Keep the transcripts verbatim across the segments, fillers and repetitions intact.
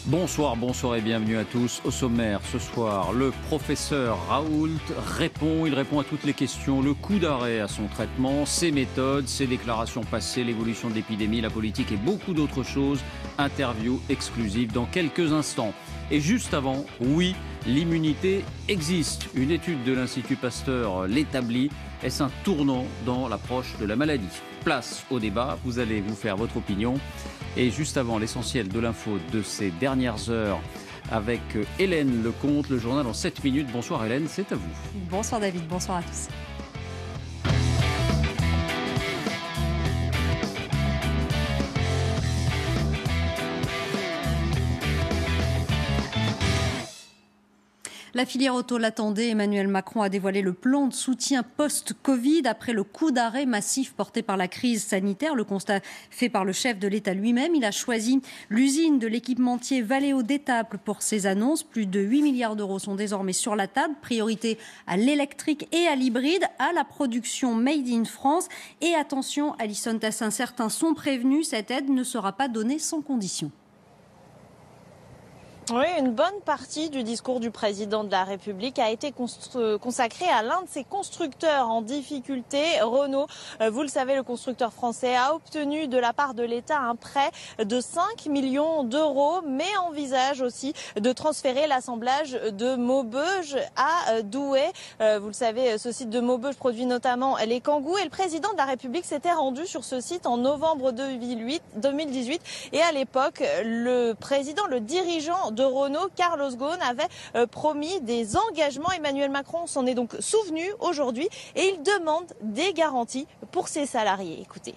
Bonsoir, bonsoir et bienvenue à tous. Au sommaire ce soir, le professeur Raoult répond, il répond à toutes les questions, le coup d'arrêt à son traitement, ses méthodes, ses déclarations passées, l'évolution de l'épidémie, la politique et beaucoup d'autres choses. Interview exclusive dans quelques instants. Et juste avant, oui, l'immunité existe. Une étude de l'Institut Pasteur l'établit. Est-ce un tournant dans l'approche de la maladie? Place au débat, vous allez vous faire votre opinion. Et juste avant, l'essentiel de l'info de ces dernières heures avec Hélène Lecomte, le journal en sept minutes. Bonsoir Hélène, c'est à vous. Bonsoir David, bonsoir à tous. La filière auto l'attendait. Emmanuel Macron a dévoilé le plan de soutien post-Covid après le coup d'arrêt massif porté par la crise sanitaire. Le constat fait par le chef de l'État lui-même. Il a choisi l'usine de l'équipementier Valeo d'Étaples pour ses annonces. Plus de huit milliards d'euros sont désormais sur la table. Priorité à l'électrique et à l'hybride, à la production Made in France. Et attention, Alison Tassin, certains sont prévenus, cette aide ne sera pas donnée sans condition. Oui, une bonne partie du discours du président de la République a été consacrée à l'un de ses constructeurs en difficulté, Renault. Vous le savez, le constructeur français a obtenu de la part de l'État un prêt de cinq millions d'euros, mais envisage aussi de transférer l'assemblage de Maubeuge à Douai. Vous le savez, ce site de Maubeuge produit notamment les Kangoo et le président de la République s'était rendu sur ce site en novembre deux mille dix-huit et à l'époque, le président, le dirigeant de Renault, Carlos Ghosn, avait euh, promis des engagements. Emmanuel Macron s'en est donc souvenu aujourd'hui et il demande des garanties pour ses salariés. Écoutez.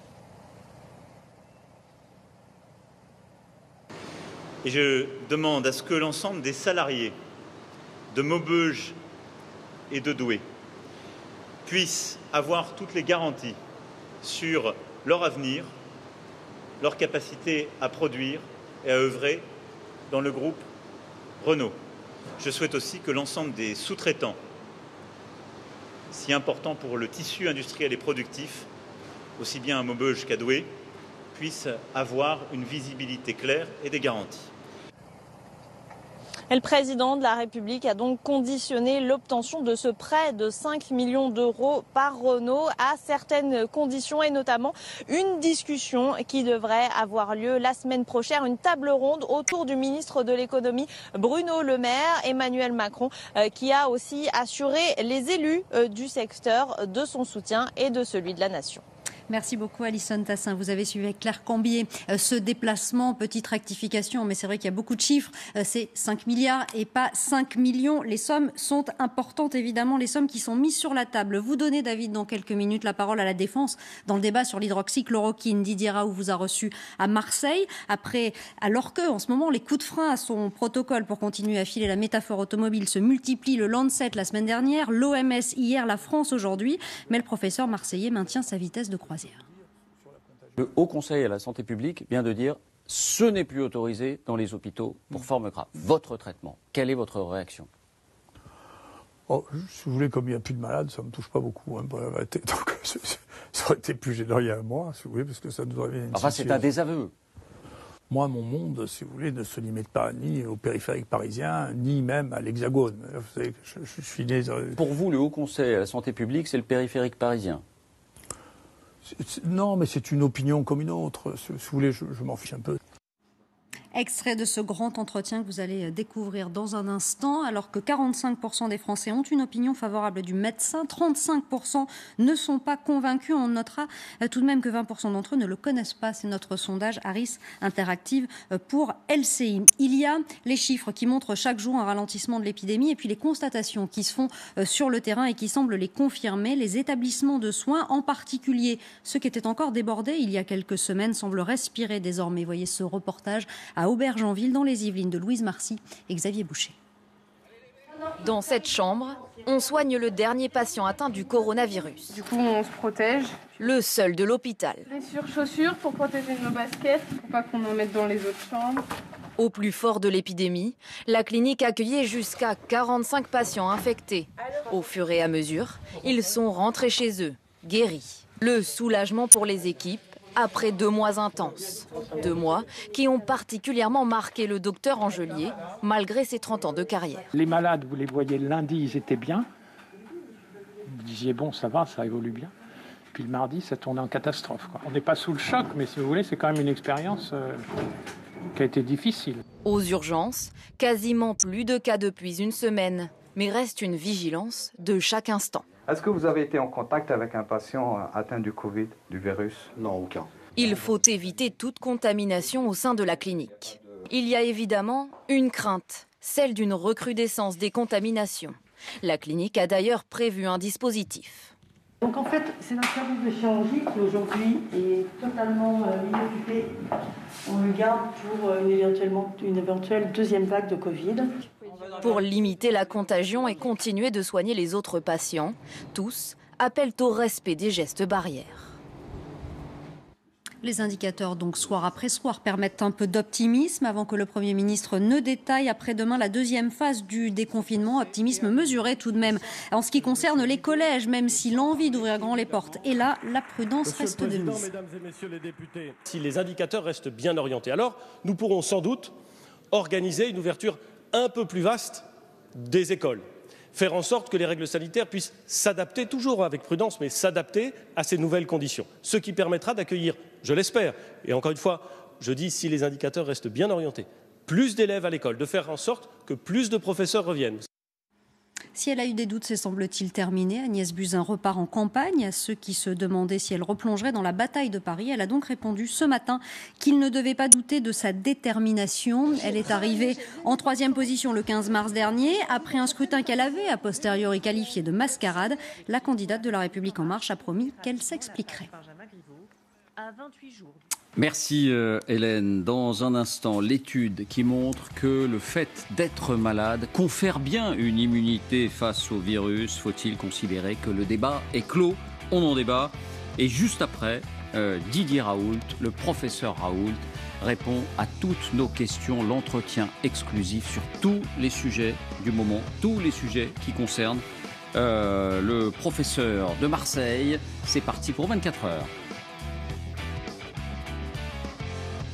Et je demande à ce que l'ensemble des salariés de Maubeuge et de Douai puissent avoir toutes les garanties sur leur avenir, leur capacité à produire et à œuvrer dans le groupe Renault. Je souhaite aussi que l'ensemble des sous-traitants, si importants pour le tissu industriel et productif, aussi bien à Maubeuge qu'à Douai, puissent avoir une visibilité claire et des garanties. Et le président de la République a donc conditionné l'obtention de ce prêt de cinq millions d'euros par Renault à certaines conditions et notamment une discussion qui devrait avoir lieu la semaine prochaine, une table ronde autour du ministre de l'économie Bruno Le Maire, Emmanuel Macron, euh, qui a aussi assuré les élus euh, du secteur de son soutien et de celui de la nation. Merci beaucoup Alison Tassin. Vous avez suivi avec Claire Cambier euh, ce déplacement, petite rectification, mais c'est vrai qu'il y a beaucoup de chiffres. Euh, c'est cinq milliards et pas cinq millions. Les sommes sont importantes, évidemment, les sommes qui sont mises sur la table. Vous donnez, David, dans quelques minutes, la parole à la Défense dans le débat sur l'hydroxychloroquine. Didier Raoult vous a reçu à Marseille. Après, alors que, en ce moment, les coups de frein à son protocole pour continuer à filer la métaphore automobile se multiplient. Le Lancet la semaine dernière, l'O M S hier, la France aujourd'hui. Mais le professeur marseillais maintient sa vitesse de croisière. Le Haut Conseil à la santé publique vient de dire ce n'est plus autorisé dans les hôpitaux pour forme grave. Votre traitement, quelle est votre réaction? Oh, si vous voulez, comme il n'y a plus de malades, ça ne me touche pas beaucoup. Hein, pour la vérité. Donc, ça aurait été plus gênant il y a un mois, si vous voulez, parce que ça nous aurait... Enfin, c'est un désaveu. Moi, mon monde, si vous voulez, ne se limite pas ni au périphérique parisien, ni même à l'Hexagone. Vous savez, je, je suis né... Pour vous, le Haut Conseil à la santé publique, c'est le périphérique parisien? Non, mais c'est une opinion comme une autre. Si vous voulez, je, je m'en fiche un peu. Extrait de ce grand entretien que vous allez découvrir dans un instant. Alors que quarante-cinq pour cent des Français ont une opinion favorable du médecin, trente-cinq pour cent ne sont pas convaincus. On notera tout de même que vingt pour cent d'entre eux ne le connaissent pas. C'est notre sondage Harris Interactive pour L C I. Il y a les chiffres qui montrent chaque jour un ralentissement de l'épidémie et puis les constatations qui se font sur le terrain et qui semblent les confirmer. Les établissements de soins, en particulier ceux qui étaient encore débordés il y a quelques semaines, semblent respirer désormais. Voyez ce reportage à Aubergenville, dans les Yvelines, de Louise Marcy et Xavier Boucher. Dans cette chambre, on soigne le dernier patient atteint du coronavirus. Du coup, on se protège. Le seul de l'hôpital. Les surchaussures pour protéger nos baskets, pour pas qu'on en mette dans les autres chambres. Au plus fort de l'épidémie, la clinique accueillait jusqu'à quarante-cinq patients infectés. Au fur et à mesure, ils sont rentrés chez eux, guéris. Le soulagement pour les équipes après deux mois intenses. Deux mois qui ont particulièrement marqué le docteur Angelier, malgré ses trente ans de carrière. Les malades, vous les voyez le lundi, ils étaient bien. Vous disiez, bon, ça va, ça évolue bien. Puis le mardi, ça tournait en catastrophe, quoi. On n'est pas sous le choc, mais si vous voulez, c'est quand même une expérience euh, qui a été difficile. Aux urgences, quasiment plus de cas depuis une semaine, mais reste une vigilance de chaque instant. Est-ce que vous avez été en contact avec un patient atteint du Covid, du virus? Non, aucun. Il faut éviter toute contamination au sein de la clinique. Il y a évidemment une crainte, celle d'une recrudescence des contaminations. La clinique a d'ailleurs prévu un dispositif. Donc en fait, c'est notre service de chirurgie qui aujourd'hui est totalement euh, inoccupé. On le garde pour euh, une, éventuellement, une éventuelle deuxième vague de Covid. Pour limiter la contagion et continuer de soigner les autres patients, tous appellent au respect des gestes barrières. Les indicateurs, donc, soir après soir, permettent un peu d'optimisme avant que le Premier ministre ne détaille après-demain la deuxième phase du déconfinement. Optimisme mesuré tout de même en ce qui concerne les collèges, même si l'envie d'ouvrir grand les portes est là, la prudence reste de mise. Mesdames et messieurs les députés, si les indicateurs restent bien orientés, alors nous pourrons sans doute organiser une ouverture un peu plus vaste des écoles. Faire en sorte que les règles sanitaires puissent s'adapter, toujours avec prudence, mais s'adapter à ces nouvelles conditions. Ce qui permettra d'accueillir, je l'espère, et encore une fois, je dis si les indicateurs restent bien orientés, plus d'élèves à l'école, de faire en sorte que plus de professeurs reviennent. Si elle a eu des doutes, c'est semble-t-il terminé. Agnès Buzyn repart en campagne. À ceux qui se demandaient si elle replongerait dans la bataille de Paris, elle a donc répondu ce matin qu'il ne devait pas douter de sa détermination. Elle est arrivée en troisième position le quinze mars dernier. Après un scrutin qu'elle avait a posteriori qualifié de mascarade, la candidate de La République En Marche a promis qu'elle s'expliquerait. Merci euh, Hélène. Dans un instant, l'étude qui montre que le fait d'être malade confère bien une immunité face au virus. Faut-il considérer que le débat est clos? On en débat. Et juste après, euh, Didier Raoult, le professeur Raoult, répond à toutes nos questions. L'entretien exclusif sur tous les sujets du moment, tous les sujets qui concernent euh, le professeur de Marseille. C'est parti pour vingt-quatre heures.